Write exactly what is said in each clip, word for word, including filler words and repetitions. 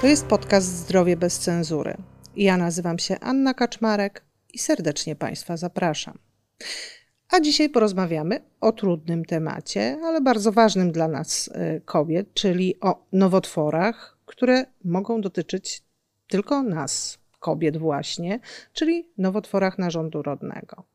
To jest podcast Zdrowie bez cenzury. Ja nazywam się Anna Kaczmarek i serdecznie Państwa zapraszam. A dzisiaj porozmawiamy o trudnym temacie, ale bardzo ważnym dla nas kobiet, czyli o nowotworach, które mogą dotyczyć tylko nas, kobiet właśnie, czyli nowotworach narządu rodnego.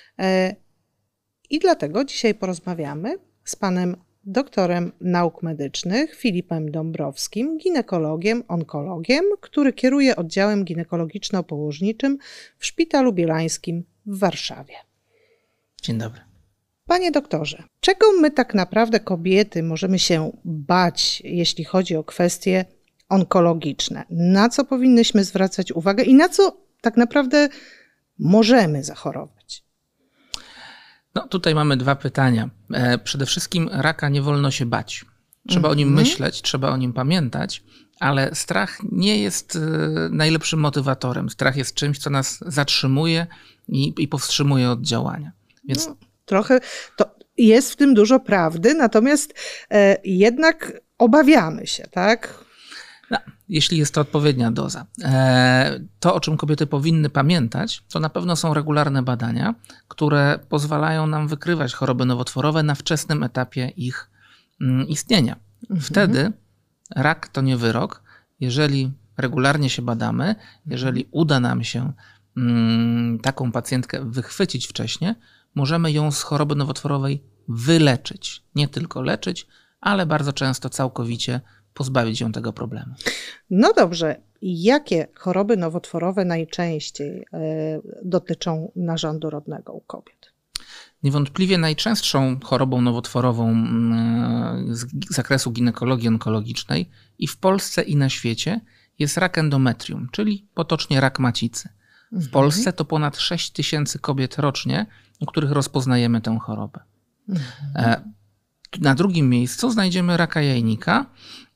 I dlatego dzisiaj porozmawiamy z panem doktorem nauk medycznych Filipem Dąbrowskim, ginekologiem, onkologiem, który kieruje oddziałem ginekologiczno-położniczym w Szpitalu Bielańskim w Warszawie. Dzień dobry. Panie doktorze, czego my tak naprawdę kobiety możemy się bać, jeśli chodzi o kwestie onkologiczne? Na co powinnyśmy zwracać uwagę i na co tak naprawdę możemy zachorować? No tutaj mamy dwa pytania. E, przede wszystkim raka nie wolno się bać. Trzeba mm-hmm. o nim myśleć, trzeba o nim pamiętać, ale strach nie jest e, najlepszym motywatorem. Strach jest czymś, co nas zatrzymuje i, i powstrzymuje od działania. Więc... No, trochę to jest w tym dużo prawdy, natomiast e, jednak obawiamy się, tak? No, jeśli jest to odpowiednia doza. E, to, o czym kobiety powinny pamiętać, to na pewno są regularne badania, które pozwalają nam wykrywać choroby nowotworowe na wczesnym etapie ich mm, istnienia. Mhm. Wtedy rak to nie wyrok. Jeżeli regularnie się badamy, jeżeli uda nam się mm, taką pacjentkę wychwycić wcześnie, możemy ją z choroby nowotworowej wyleczyć. Nie tylko leczyć, ale bardzo często całkowicie pozbawić ją tego problemu. No dobrze. Jakie choroby nowotworowe najczęściej y, dotyczą narządu rodnego u kobiet? Niewątpliwie najczęstszą chorobą nowotworową y, z zakresu ginekologii onkologicznej i w Polsce i na świecie jest rak endometrium, czyli potocznie rak macicy. W mhm. Polsce to ponad sześć tysięcy kobiet rocznie, u których rozpoznajemy tę chorobę. Mhm. E, Na drugim miejscu znajdziemy raka jajnika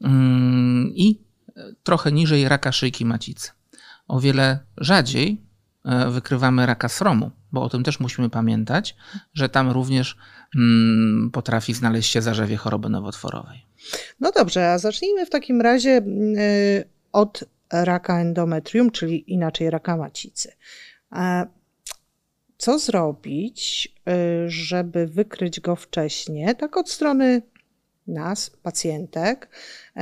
i trochę niżej raka szyjki macicy. O wiele rzadziej wykrywamy raka sromu, bo o tym też musimy pamiętać, że tam również potrafi znaleźć się zarzewie choroby nowotworowej. No dobrze, a zacznijmy w takim razie od raka endometrium, czyli inaczej raka macicy. Co zrobić, żeby wykryć go wcześniej, tak od strony nas, pacjentek,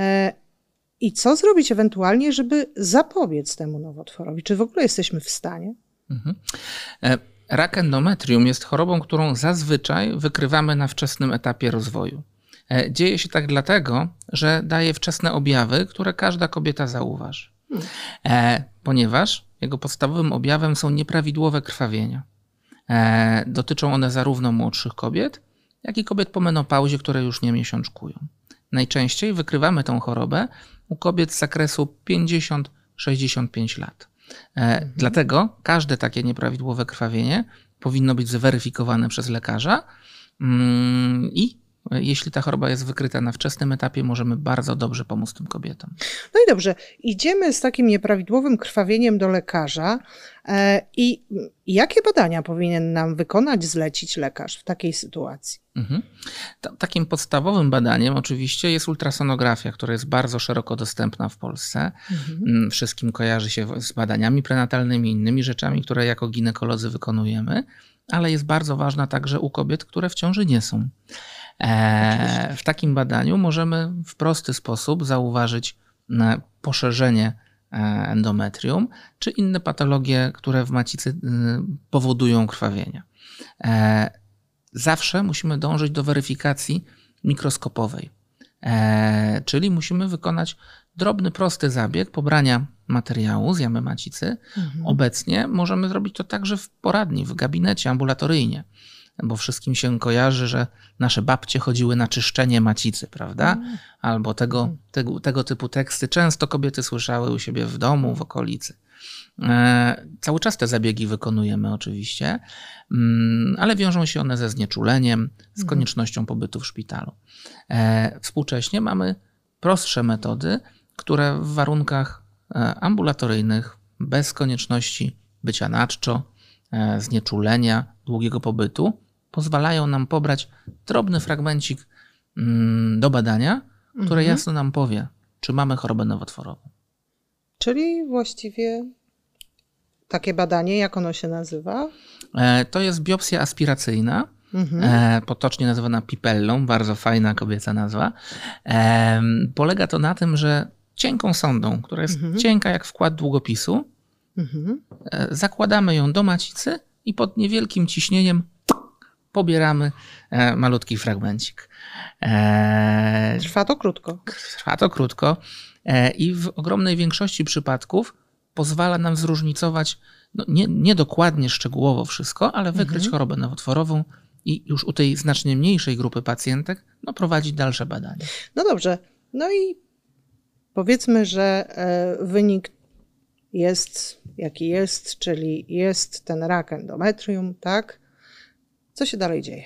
i co zrobić ewentualnie, żeby zapobiec temu nowotworowi? Czy w ogóle jesteśmy w stanie? Mhm. Rak endometrium jest chorobą, którą zazwyczaj wykrywamy na wczesnym etapie rozwoju. Dzieje się tak dlatego, że daje wczesne objawy, które każda kobieta zauważy. Hmm. Ponieważ jego podstawowym objawem są nieprawidłowe krwawienia. E, dotyczą one zarówno młodszych kobiet, jak i kobiet po menopauzie, które już nie miesiączkują. Najczęściej wykrywamy tę chorobę u kobiet z zakresu pięćdziesiąt do sześćdziesięciu pięciu lat. E, mhm. Dlatego każde takie nieprawidłowe krwawienie powinno być zweryfikowane przez lekarza mm, i jeśli ta choroba jest wykryta na wczesnym etapie, możemy bardzo dobrze pomóc tym kobietom. No i dobrze, idziemy z takim nieprawidłowym krwawieniem do lekarza e, i jakie badania powinien nam wykonać, zlecić lekarz w takiej sytuacji? Mhm. Ta, takim podstawowym badaniem oczywiście jest ultrasonografia, która jest bardzo szeroko dostępna w Polsce. Mhm. Wszystkim kojarzy się z badaniami prenatalnymi, innymi rzeczami, które jako ginekolodzy wykonujemy, ale jest bardzo ważna także u kobiet, które w ciąży nie są. E, w takim badaniu możemy w prosty sposób zauważyć poszerzenie endometrium czy inne patologie, które w macicy powodują krwawienia. E, zawsze musimy dążyć do weryfikacji mikroskopowej, e, czyli musimy wykonać drobny, prosty zabieg pobrania materiału z jamy macicy. Mhm. Obecnie możemy zrobić to także w poradni, w gabinecie, ambulatoryjnie. Bo wszystkim się kojarzy, że nasze babcie chodziły na czyszczenie macicy, prawda? Mm. Albo tego, tego, tego typu teksty często kobiety słyszały u siebie w domu, w okolicy. E, cały czas te zabiegi wykonujemy oczywiście, mm, ale wiążą się one ze znieczuleniem, z koniecznością pobytu w szpitalu. E, współcześnie mamy prostsze metody, które w warunkach ambulatoryjnych, bez konieczności bycia na czczo, e, znieczulenia, długiego pobytu, pozwalają nam pobrać drobny fragmencik mm, do badania, które mhm. jasno nam powie, czy mamy chorobę nowotworową. Czyli właściwie takie badanie, jak ono się nazywa? To jest biopsja aspiracyjna, mhm. potocznie nazywana pipellą, bardzo fajna kobieca nazwa. Polega to na tym, że cienką sondą, która jest mhm. cienka jak wkład długopisu, mhm. zakładamy ją do macicy i pod niewielkim ciśnieniem pobieramy malutki fragmencik. Trwa to krótko. Trwa to krótko i w ogromnej większości przypadków pozwala nam zróżnicować, no nie, nie dokładnie szczegółowo wszystko, ale wykryć mhm. chorobę nowotworową i już u tej znacznie mniejszej grupy pacjentek no, prowadzić dalsze badania. No dobrze. No i powiedzmy, że wynik jest jaki jest, czyli jest ten rak endometrium, tak? Co się dalej dzieje?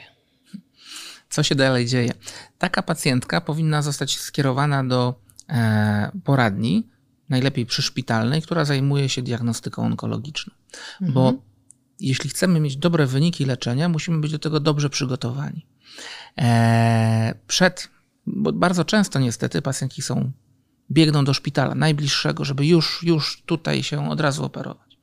Co się dalej dzieje? Taka pacjentka powinna zostać skierowana do e, poradni, najlepiej przyszpitalnej, która zajmuje się diagnostyką onkologiczną. Mhm. Bo jeśli chcemy mieć dobre wyniki leczenia, musimy być do tego dobrze przygotowani. E, przed, bo bardzo często niestety pacjentki są, biegną do szpitala najbliższego, żeby już, już tutaj się od razu operować.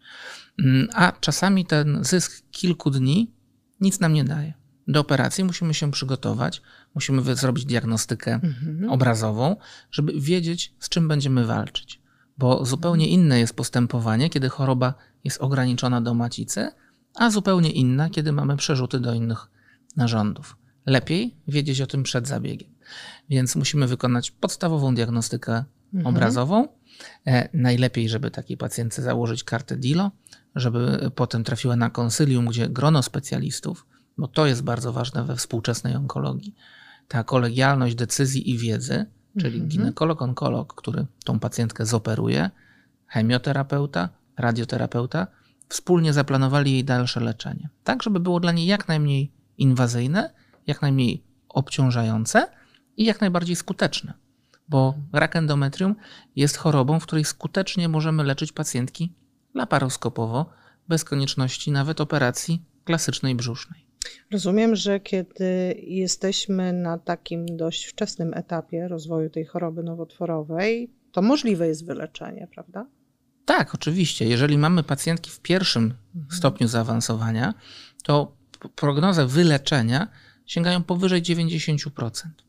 A czasami ten zysk kilku dni nic nam nie daje. Do operacji musimy się przygotować, musimy zrobić diagnostykę mhm. obrazową, żeby wiedzieć, z czym będziemy walczyć. Bo zupełnie inne jest postępowanie, kiedy choroba jest ograniczona do macicy, a zupełnie inna, kiedy mamy przerzuty do innych narządów. Lepiej wiedzieć o tym przed zabiegiem. Więc musimy wykonać podstawową diagnostykę mhm. obrazową. E, najlepiej, żeby takiej pacjentce założyć kartę D I L O, żeby potem trafiła na konsylium, gdzie grono specjalistów, bo to jest bardzo ważne we współczesnej onkologii, ta kolegialność decyzji i wiedzy, czyli mhm. ginekolog, onkolog, który tą pacjentkę zoperuje, chemioterapeuta, radioterapeuta, wspólnie zaplanowali jej dalsze leczenie. Tak, żeby było dla niej jak najmniej inwazyjne, jak najmniej obciążające i jak najbardziej skuteczne. Bo rak endometrium jest chorobą, w której skutecznie możemy leczyć pacjentki laparoskopowo, bez konieczności nawet operacji klasycznej brzusznej. Rozumiem, że kiedy jesteśmy na takim dość wczesnym etapie rozwoju tej choroby nowotworowej, to możliwe jest wyleczenie, prawda? Tak, oczywiście. Jeżeli mamy pacjentki w pierwszym mhm. stopniu zaawansowania, to prognozy wyleczenia sięgają powyżej dziewięćdziesiąt procent.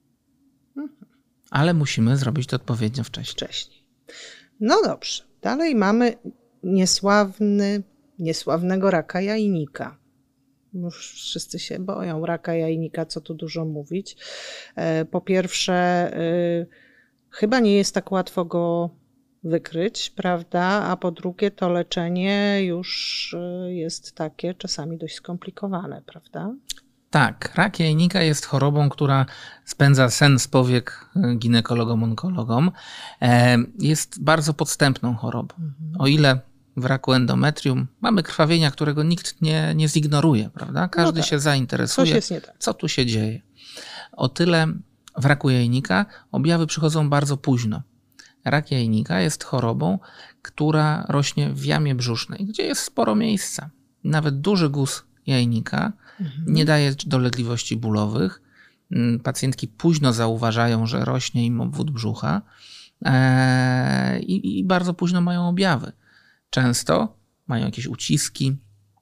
Mhm. Ale musimy zrobić to odpowiednio wcześniej. Wcześniej. No dobrze. Dalej mamy niesławny, niesławnego raka jajnika. Już wszyscy się boją raka jajnika, co tu dużo mówić. Po pierwsze, chyba nie jest tak łatwo go wykryć, prawda? A po drugie, to leczenie już jest takie czasami dość skomplikowane, prawda? Tak, rak jajnika jest chorobą, która spędza sen z powiek ginekologom, onkologom. Jest bardzo podstępną chorobą. Mhm. O ile w raku endometrium mamy krwawienia, którego nikt nie, nie zignoruje, prawda? Każdy no tak. się zainteresuje, tak. co tu się dzieje. O tyle w raku jajnika objawy przychodzą bardzo późno. Rak jajnika jest chorobą, która rośnie w jamie brzusznej, gdzie jest sporo miejsca. Nawet duży guz jajnika mhm. nie daje dolegliwości bólowych. Pacjentki późno zauważają, że rośnie im obwód brzucha i, i bardzo późno mają objawy. Często mają jakieś uciski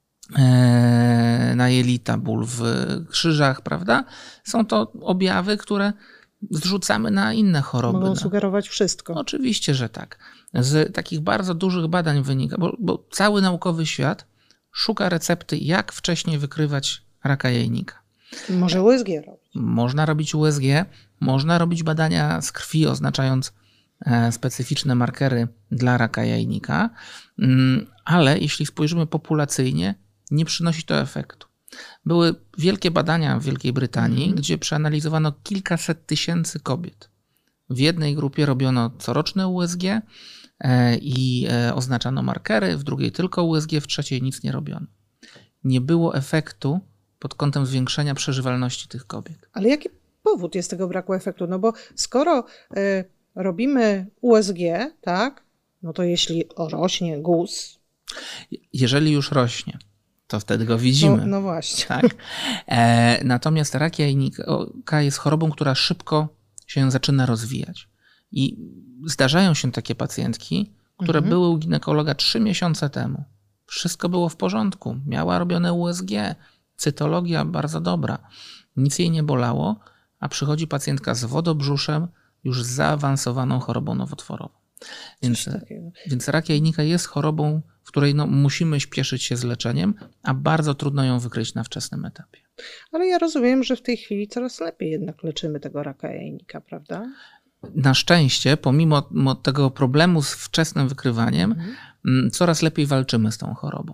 na jelita, ból w krzyżach, prawda? Są to objawy, które zrzucamy na inne choroby. Mogą sugerować wszystko. Oczywiście, że tak. Z takich bardzo dużych badań wynika, bo, bo cały naukowy świat szuka recepty, jak wcześniej wykrywać raka jajnika. Może U S G robić. Można robić U S G, można robić badania z krwi, oznaczając specyficzne markery dla raka jajnika, ale jeśli spojrzymy populacyjnie, nie przynosi to efektu. Były wielkie badania w Wielkiej Brytanii, mm. gdzie przeanalizowano kilkaset tysięcy kobiet. W jednej grupie robiono coroczne U S G i oznaczano markery, w drugiej tylko U S G, w trzeciej nic nie robiono. Nie było efektu pod kątem zwiększenia przeżywalności tych kobiet. Ale jaki powód jest tego braku efektu? No bo skoro y, robimy U S G, tak, no to jeśli rośnie guz... Jeżeli już rośnie, to wtedy go widzimy. No, no właśnie. Tak. E, natomiast rak jajnika jest chorobą, która szybko się zaczyna rozwijać. I zdarzają się takie pacjentki, które Mhm. były u ginekologa trzy miesiące temu. Wszystko było w porządku. Miała robione U S G, cytologia bardzo dobra. Nic jej nie bolało, a przychodzi pacjentka z wodobrzuszem już z zaawansowaną chorobą nowotworową. Więc, więc rak jajnika jest chorobą, w której no, musimy śpieszyć się z leczeniem, a bardzo trudno ją wykryć na wczesnym etapie. Ale ja rozumiem, że w tej chwili coraz lepiej jednak leczymy tego raka jajnika, prawda? Na szczęście, pomimo tego problemu z wczesnym wykrywaniem, mhm. coraz lepiej walczymy z tą chorobą.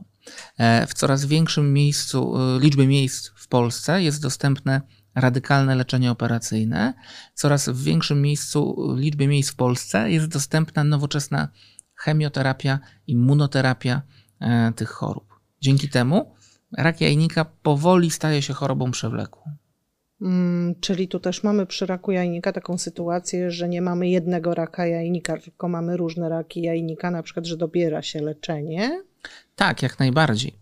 W coraz większym miejscu, liczbie miejsc w Polsce jest dostępne radykalne leczenie operacyjne. Coraz w większym miejscu, liczbie miejsc w Polsce jest dostępna nowoczesna chemioterapia, immunoterapia tych chorób. Dzięki temu rak jajnika powoli staje się chorobą przewlekłą. Hmm, czyli tu też mamy przy raku jajnika taką sytuację, że nie mamy jednego raka jajnika, tylko mamy różne raki jajnika, na przykład, że dobiera się leczenie. Tak, jak najbardziej.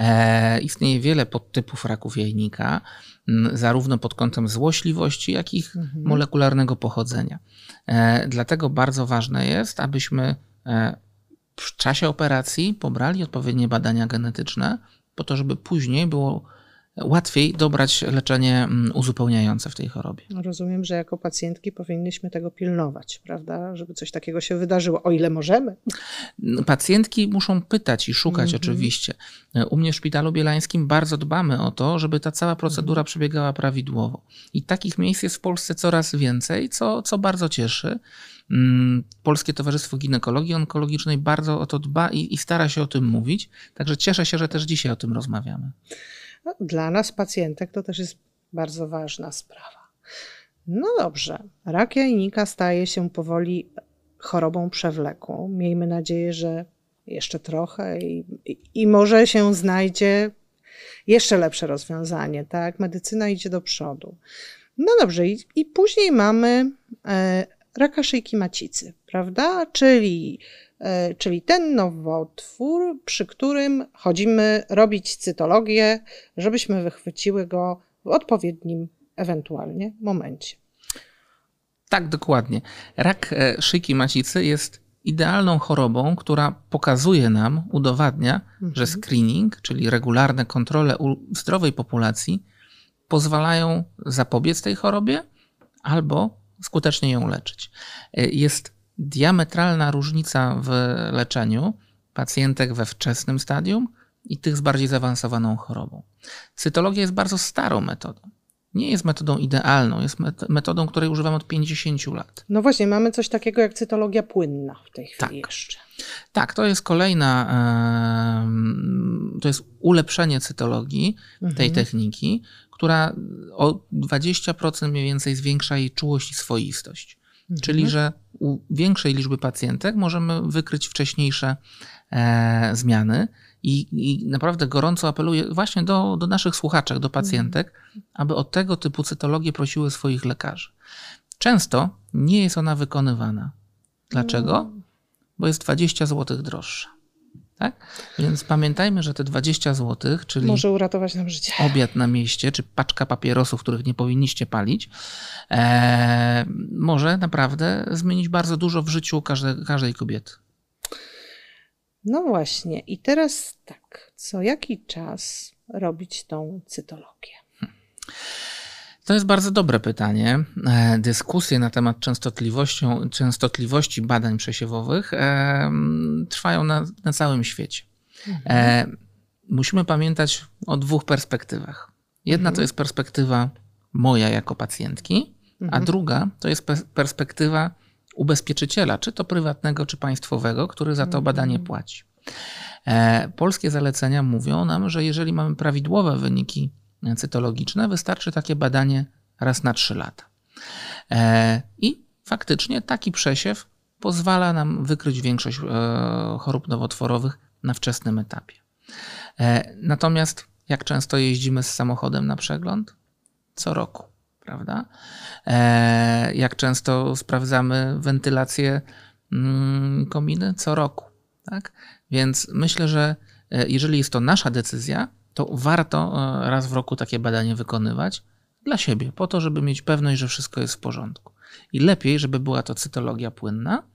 E, istnieje wiele podtypów raków jajnika, m, zarówno pod kątem złośliwości, jak i ich mhm. molekularnego pochodzenia. E, dlatego bardzo ważne jest, abyśmy e, w czasie operacji pobrali odpowiednie badania genetyczne, po to, żeby później było łatwiej dobrać leczenie uzupełniające w tej chorobie. Rozumiem, że jako pacjentki powinnyśmy tego pilnować, prawda? Żeby coś takiego się wydarzyło, o ile możemy. Pacjentki muszą pytać i szukać mm-hmm. oczywiście. U mnie w Szpitalu Bielańskim bardzo dbamy o to, żeby ta cała procedura mm-hmm. przebiegała prawidłowo. I takich miejsc jest w Polsce coraz więcej, co, co bardzo cieszy. Polskie Towarzystwo Ginekologii Onkologicznej bardzo o to dba i, i stara się o tym mówić. Także cieszę się, że też dzisiaj o tym rozmawiamy. Dla nas, pacjentek, to też jest bardzo ważna sprawa. No dobrze, rak jajnika staje się powoli chorobą przewlekłą. Miejmy nadzieję, że jeszcze trochę i, i, i może się znajdzie jeszcze lepsze rozwiązanie, tak? Medycyna idzie do przodu. No dobrze, i, i później mamy e, raka szyjki macicy, prawda? Czyli Czyli ten nowotwór, przy którym chodzimy robić cytologię, żebyśmy wychwyciły go w odpowiednim ewentualnie momencie. Tak, dokładnie. Rak szyjki macicy jest idealną chorobą, która pokazuje nam, udowadnia, mhm. że screening, czyli regularne kontrole u zdrowej populacji pozwalają zapobiec tej chorobie albo skutecznie ją leczyć. Jest diametralna różnica w leczeniu pacjentek we wczesnym stadium i tych z bardziej zaawansowaną chorobą. Cytologia jest bardzo starą metodą. Nie jest metodą idealną, jest metodą, której używamy od pięćdziesięciu lat. No właśnie, mamy coś takiego jak cytologia płynna w tej chwili tak. jeszcze. Tak, to jest kolejna, to jest ulepszenie cytologii mhm. tej techniki, która o dwadzieścia procent mniej więcej zwiększa jej czułość i swoistość. Mhm. Czyli, że u większej liczby pacjentek możemy wykryć wcześniejsze e, zmiany i, i naprawdę gorąco apeluję właśnie do, do naszych słuchaczek, do pacjentek, mhm. aby o tego typu cytologię prosiły swoich lekarzy. Często nie jest ona wykonywana. Dlaczego? Mhm. Bo jest dwadzieścia złotych droższa. Tak? Więc pamiętajmy, że te dwadzieścia złotych, czyli może uratować nam życie. Obiad na mieście, czy paczka papierosów, których nie powinniście palić, e, może naprawdę zmienić bardzo dużo w życiu każdej, każdej kobiety. No właśnie. I teraz tak, co jaki czas robić tą cytologię? Hmm. To jest bardzo dobre pytanie. Dyskusje na temat częstotliwością, częstotliwości badań przesiewowych e, trwają na, na całym świecie. Mhm. E, musimy pamiętać o dwóch perspektywach. Jedna mhm. to jest perspektywa moja jako pacjentki, mhm. a druga to jest pe- perspektywa ubezpieczyciela, czy to prywatnego, czy państwowego, który za to badanie mhm. płaci. E, polskie zalecenia mówią nam, że jeżeli mamy prawidłowe wyniki cytologiczne, wystarczy takie badanie raz na trzy lata. E, I faktycznie taki przesiew pozwala nam wykryć większość e, chorób nowotworowych na wczesnym etapie. E, natomiast jak często jeździmy z samochodem na przegląd? Co roku, prawda? E, jak często sprawdzamy wentylację mm, kominy? Co roku, tak? Więc myślę, że e, jeżeli jest to nasza decyzja, to warto raz w roku takie badanie wykonywać dla siebie, po to, żeby mieć pewność, że wszystko jest w porządku. I lepiej, żeby była to cytologia płynna,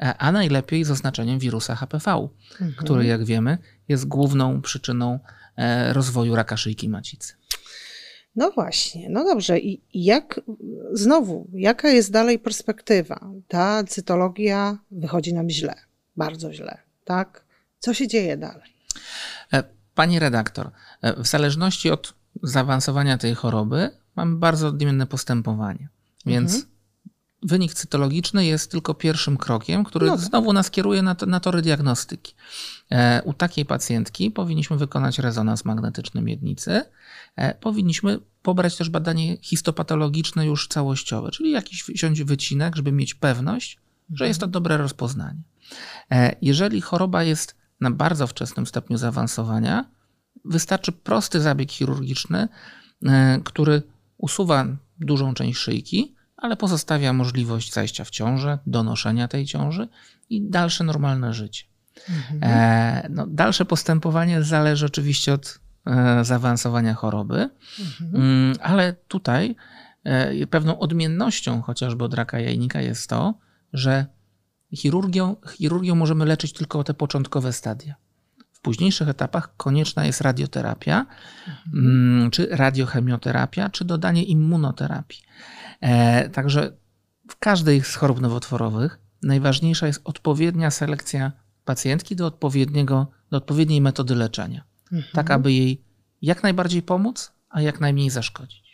a najlepiej z oznaczeniem wirusa H P V, mhm. który, jak wiemy, jest główną przyczyną rozwoju raka szyjki macicy. No właśnie, no dobrze. I jak znowu, jaka jest dalej perspektywa? Ta cytologia wychodzi nam źle, bardzo źle, tak? Co się dzieje dalej? Pani redaktor, w zależności od zaawansowania tej choroby mamy bardzo odmienne postępowanie, więc mhm. wynik cytologiczny jest tylko pierwszym krokiem, który no tak. znowu nas kieruje na, to, na tory diagnostyki. E, u takiej pacjentki powinniśmy wykonać rezonans magnetyczny miednicy. E, powinniśmy pobrać też badanie histopatologiczne już całościowe, czyli jakiś wziąć wycinek, żeby mieć pewność, mhm. że jest to dobre rozpoznanie. E, jeżeli choroba jest na bardzo wczesnym stopniu zaawansowania, wystarczy prosty zabieg chirurgiczny, e, który usuwa dużą część szyjki, ale pozostawia możliwość zajścia w ciążę, donoszenia tej ciąży i dalsze normalne życie. Mhm. E, no, dalsze postępowanie zależy oczywiście od e, zaawansowania choroby, mhm. ale tutaj e, pewną odmiennością chociażby od raka jajnika jest to, że chirurgią, chirurgią możemy leczyć tylko te początkowe stadia. W późniejszych etapach konieczna jest radioterapia, mhm. czy radiochemioterapia, czy dodanie immunoterapii. E, także w każdej z chorób nowotworowych najważniejsza jest odpowiednia selekcja pacjentki do, odpowiedniego, do odpowiedniej metody leczenia. Mhm. Tak, aby jej jak najbardziej pomóc, a jak najmniej zaszkodzić.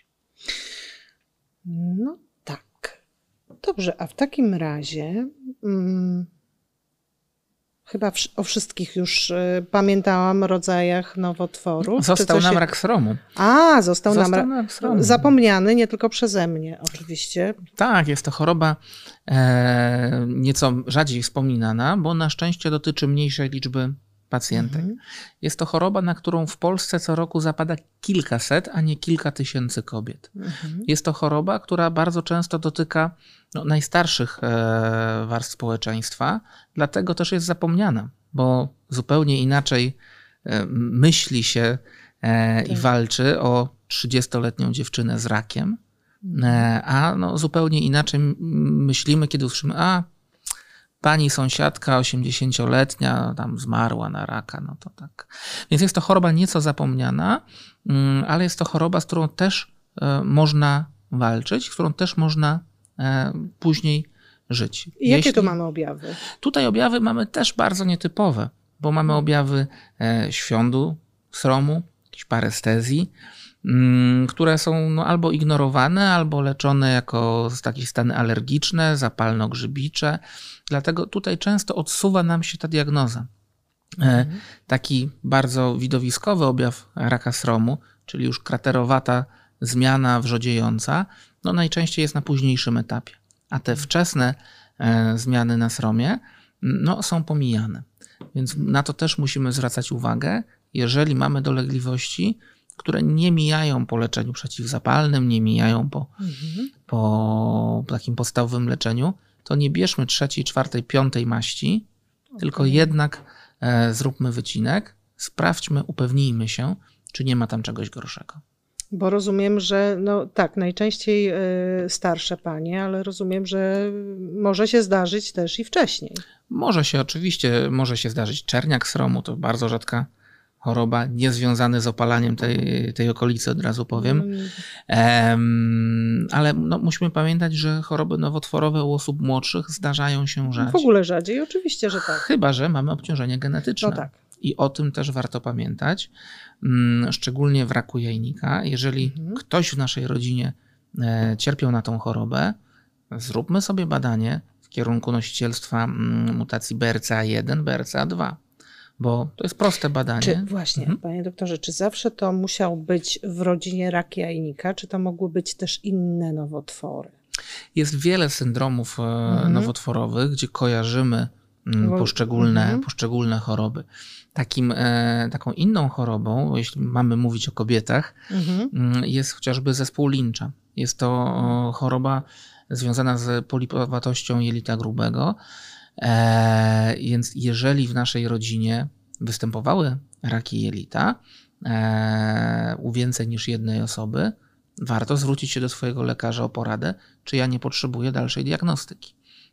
No tak. Dobrze, a w takim razie hmm, chyba w, o wszystkich już y, pamiętałam rodzajach nowotworów. Został nam się... rak sromu. A, został, został nam rak sromu. Zapomniany nie tylko przeze mnie oczywiście. Tak, jest to choroba e, nieco rzadziej wspominana, bo na szczęście dotyczy mniejszej liczby pacjentek. Mhm. Jest to choroba, na którą w Polsce co roku zapada kilkaset, a nie kilka tysięcy kobiet. Mhm. Jest to choroba, która bardzo często dotyka no, najstarszych e, warstw społeczeństwa, dlatego też jest zapomniana, bo zupełnie inaczej e, myśli się e, tak. i walczy o trzydziestoletnią dziewczynę z rakiem, e, a no, zupełnie inaczej myślimy, kiedy usłyszymy, a pani sąsiadka osiemdziesięcioletnia tam zmarła na raka, no to tak. Więc jest to choroba nieco zapomniana, ale jest to choroba, z którą też można walczyć, z którą też można później żyć. I jakie Jeśli... tu mamy objawy? Tutaj objawy mamy też bardzo nietypowe, bo mamy objawy świądu, sromu, jakiejś parestezji, które są no, albo ignorowane, albo leczone jako takie stany alergiczne, zapalno-grzybicze. Dlatego tutaj często odsuwa nam się ta diagnoza. Mhm. Taki bardzo widowiskowy objaw raka sromu, czyli już kraterowata zmiana wrzodziejąca, no najczęściej jest na późniejszym etapie. A te wczesne e, zmiany na sromie no, są pomijane. Więc na to też musimy zwracać uwagę, jeżeli mamy dolegliwości, które nie mijają po leczeniu przeciwzapalnym, nie mijają po, mhm. po takim podstawowym leczeniu, to nie bierzmy trzeciej, czwartej, piątej maści, okay. tylko jednak e, zróbmy wycinek, sprawdźmy, upewnijmy się, czy nie ma tam czegoś gorszego. Bo rozumiem, że no tak, najczęściej y, starsze panie, ale rozumiem, że może się zdarzyć też i wcześniej. Może się oczywiście, może się zdarzyć czerniak sromu, to bardzo rzadka choroba, niezwiązany z opalaniem tej, tej okolicy, od razu powiem. Um, ale no, musimy pamiętać, że choroby nowotworowe u osób młodszych zdarzają się rzadziej. W ogóle rzadziej, oczywiście, że tak. Chyba że mamy obciążenie genetyczne. No tak. I o tym też warto pamiętać, szczególnie w raku jajnika. Jeżeli mhm. ktoś w naszej rodzinie cierpiał na tą chorobę, zróbmy sobie badanie w kierunku nosicielstwa mutacji B R C A jeden, B R C A dwa. Bo to jest proste badanie. Czy właśnie, mhm. panie doktorze, czy zawsze to musiał być w rodzinie rak jajnika, czy to mogły być też inne nowotwory? Jest wiele syndromów mhm. nowotworowych, gdzie kojarzymy poszczególne, mhm. poszczególne choroby. Takim, e, taką inną chorobą, jeśli mamy mówić o kobietach, mhm. jest chociażby zespół Lyncha. Jest to mhm. choroba związana z polipowatością jelita grubego. E, więc jeżeli w naszej rodzinie występowały raki jelita e, u więcej niż jednej osoby, warto zwrócić się do swojego lekarza o poradę, czy ja nie potrzebuję dalszej diagnostyki.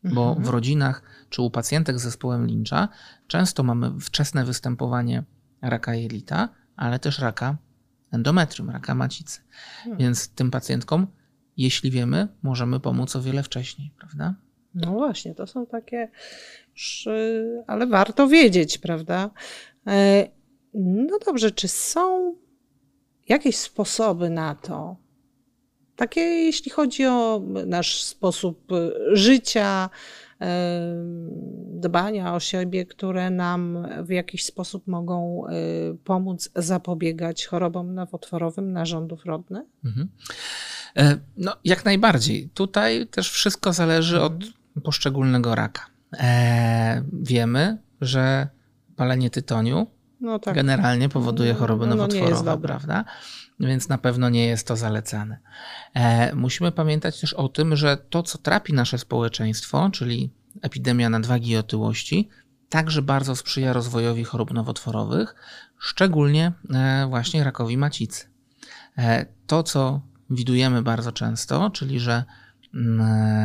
bo Mhm. w rodzinach czy u pacjentek z zespołem Lyncha często mamy wczesne występowanie raka jelita, ale też raka endometrium, raka macicy. Hmm. Więc tym pacjentkom, jeśli wiemy, możemy pomóc o wiele wcześniej, prawda? No właśnie, to są takie, już, y, ale warto wiedzieć, prawda? E, No dobrze, czy są jakieś sposoby na to, takie jeśli chodzi o nasz sposób y, życia, e, dbania o siebie, które nam w jakiś sposób mogą y, pomóc zapobiegać chorobom nowotworowym narządów rodnych? Mhm. E, No, jak najbardziej. Tutaj też wszystko zależy od poszczególnego raka. E, wiemy, że palenie tytoniu No tak. generalnie powoduje choroby No, no nie jest nowotworowe, dobre. prawda? Więc na pewno nie jest to zalecane. E, musimy pamiętać też o tym, że to, co trapi nasze społeczeństwo, czyli epidemia nadwagi i otyłości, także bardzo sprzyja rozwojowi chorób nowotworowych, szczególnie e, właśnie rakowi macicy. E, to, co widujemy bardzo często, czyli że mm,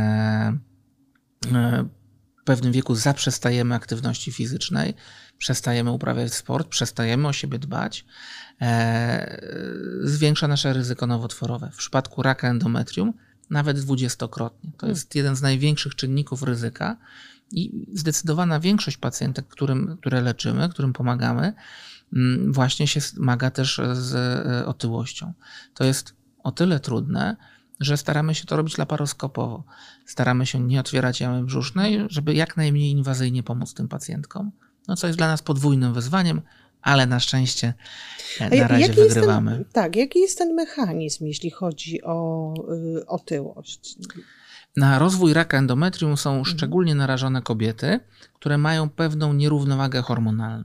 e, w pewnym wieku zaprzestajemy aktywności fizycznej, przestajemy uprawiać sport, przestajemy o siebie dbać, e, zwiększa nasze ryzyko nowotworowe. W przypadku raka endometrium nawet dwudziestokrotnie. To jest jeden z największych czynników ryzyka i zdecydowana większość pacjentek, którym, które leczymy, którym pomagamy, mm, właśnie się zmaga też z e, otyłością. To jest o tyle trudne, że staramy się to robić laparoskopowo. Staramy się nie otwierać jamy brzusznej, żeby jak najmniej inwazyjnie pomóc tym pacjentkom. No co jest dla nas podwójnym wyzwaniem, ale na szczęście e, na A razie jaki jest wygrywamy. ten, tak, jaki jest ten mechanizm, jeśli chodzi o y, otyłość? Na rozwój raka endometrium są szczególnie narażone kobiety, które mają pewną nierównowagę hormonalną.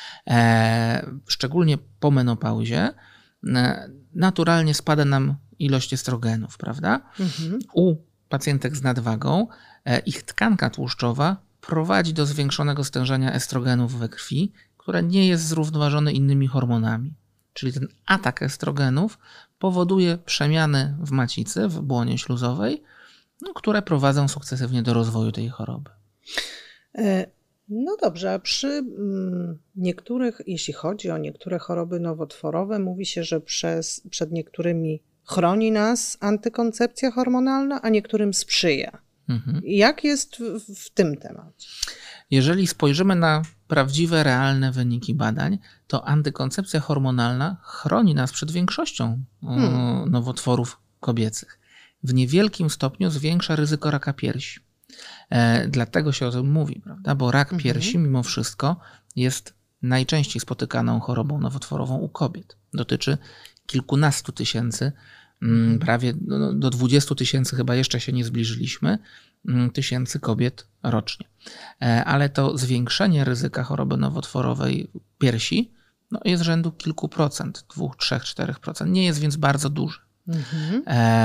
E, szczególnie po menopauzie e, naturalnie spada nam ilość estrogenów, prawda? Mhm. U pacjentek z nadwagą e, ich tkanka tłuszczowa prowadzi do zwiększonego stężenia estrogenów we krwi, które nie jest zrównoważone innymi hormonami. Czyli ten atak estrogenów powoduje przemiany w macicy, w błonie śluzowej, no, które prowadzą sukcesywnie do rozwoju tej choroby. E, No dobrze, a przy mm, niektórych, jeśli chodzi o niektóre choroby nowotworowe, mówi się, że przez, przed niektórymi chroni nas antykoncepcja hormonalna, a niektórym sprzyja. Mhm. Jak jest w, w tym temacie? Jeżeli spojrzymy na prawdziwe, realne wyniki badań, to antykoncepcja hormonalna chroni nas przed większością Hmm. nowotworów kobiecych. W niewielkim stopniu zwiększa ryzyko raka piersi. E, dlatego się o tym mówi, prawda? Bo rak Mhm. piersi mimo wszystko jest najczęściej spotykaną chorobą nowotworową u kobiet. Dotyczy kilkunastu tysięcy, mm, prawie no, do dwudziestu tysięcy, chyba jeszcze się nie zbliżyliśmy, mm, tysięcy kobiet rocznie. E, ale to zwiększenie ryzyka choroby nowotworowej piersi no, jest rzędu kilku procent, dwóch, trzech, czterech procent. Nie jest więc bardzo duży. Mhm.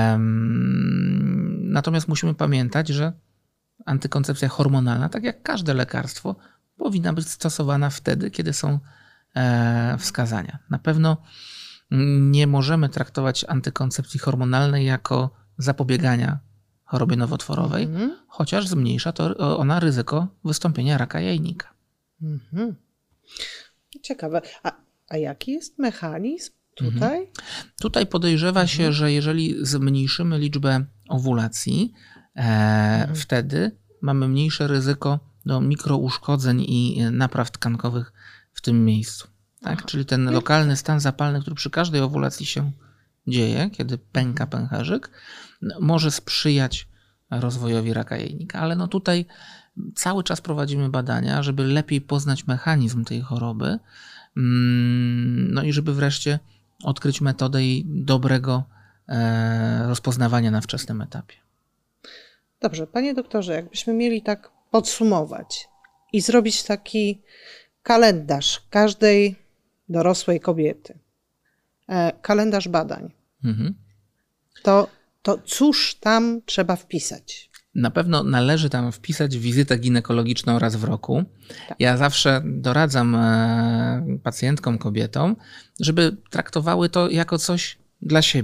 Em, Natomiast musimy pamiętać, że antykoncepcja hormonalna, tak jak każde lekarstwo, powinna być stosowana wtedy, kiedy są e, wskazania. Na pewno nie możemy traktować antykoncepcji hormonalnej jako zapobiegania chorobie nowotworowej, Mhm. chociaż zmniejsza to ona ryzyko wystąpienia raka jajnika. Mhm. Ciekawe. A, a jaki jest mechanizm tutaj? Tutaj podejrzewa się, że jeżeli zmniejszymy liczbę owulacji, e, wtedy mamy mniejsze ryzyko do mikrouszkodzeń i napraw tkankowych w tym miejscu. Tak? Czyli ten lokalny stan zapalny, który przy każdej owulacji się dzieje, kiedy pęka pęcherzyk, no, może sprzyjać rozwojowi raka jajnika. Ale no tutaj cały czas prowadzimy badania, żeby lepiej poznać mechanizm tej choroby, mm, no i żeby wreszcie odkryć metodę jej dobrego e, rozpoznawania na wczesnym etapie. Dobrze, panie doktorze, jakbyśmy mieli tak podsumować i zrobić taki kalendarz każdej dorosłej kobiety, e, kalendarz badań, Mhm. to, to cóż tam trzeba wpisać? Na pewno należy tam wpisać wizytę ginekologiczną raz w roku. Tak. Ja zawsze doradzam e, pacjentkom, kobietom, żeby traktowały to jako coś dla siebie.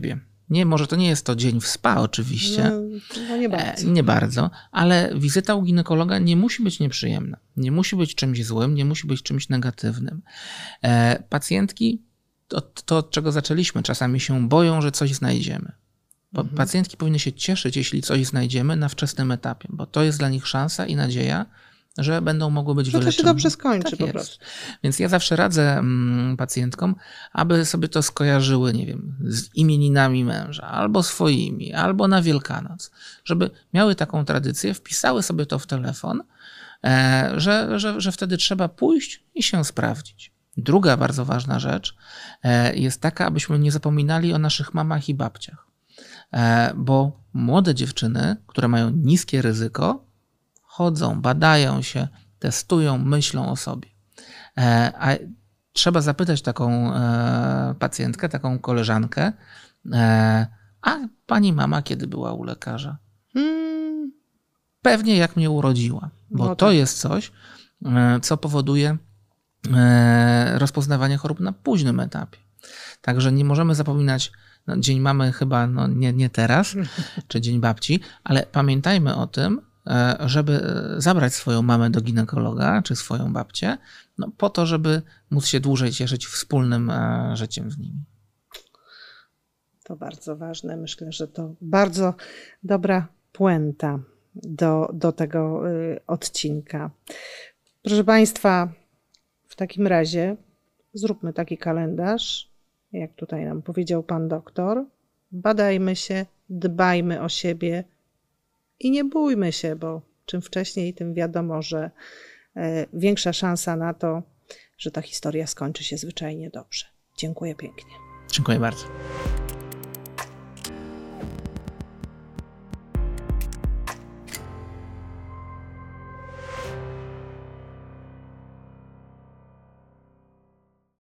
Nie, może to nie jest to dzień w spa oczywiście. No, no nie bardzo. E, nie bardzo, ale wizyta u ginekologa nie musi być nieprzyjemna. Nie musi być czymś złym, nie musi być czymś negatywnym. E, pacjentki, to, to od czego zaczęliśmy, czasami się boją, że coś znajdziemy. Bo mhm. Pacjentki powinny się cieszyć, jeśli coś znajdziemy na wczesnym etapie, bo to jest dla nich szansa i nadzieja, że będą mogły być wyleczone. Że to się dobrze skończy tak po jest. prostu. Więc ja zawsze radzę mm, pacjentkom, aby sobie to skojarzyły, nie wiem, z imieninami męża, albo swoimi, albo na Wielkanoc. Żeby miały taką tradycję, wpisały sobie to w telefon, e, że, że, że wtedy trzeba pójść i się sprawdzić. Druga bardzo ważna rzecz e, jest taka, abyśmy nie zapominali o naszych mamach i babciach. E, bo młode dziewczyny, które mają niskie ryzyko, chodzą, badają się, testują, myślą o sobie. E, a trzeba zapytać taką e, pacjentkę, taką koleżankę, e, a pani mama kiedy była u lekarza? Hmm. Pewnie jak mnie urodziła, bo no to tak. jest coś, e, co powoduje e, rozpoznawanie chorób na późnym etapie. Także nie możemy zapominać, no, Dzień Mamy chyba no, nie, nie teraz, czy Dzień Babci, ale pamiętajmy o tym, żeby zabrać swoją mamę do ginekologa, czy swoją babcię, no po to, żeby móc się dłużej cieszyć wspólnym życiem z nimi. To bardzo ważne. Myślę, że to bardzo dobra puenta do, do tego odcinka. Proszę Państwa, w takim razie zróbmy taki kalendarz, jak tutaj nam powiedział Pan doktor. Badajmy się, dbajmy o siebie, i nie bójmy się, bo czym wcześniej, tym wiadomo, że większa szansa na to, że ta historia skończy się zwyczajnie dobrze. Dziękuję pięknie. Dziękuję bardzo.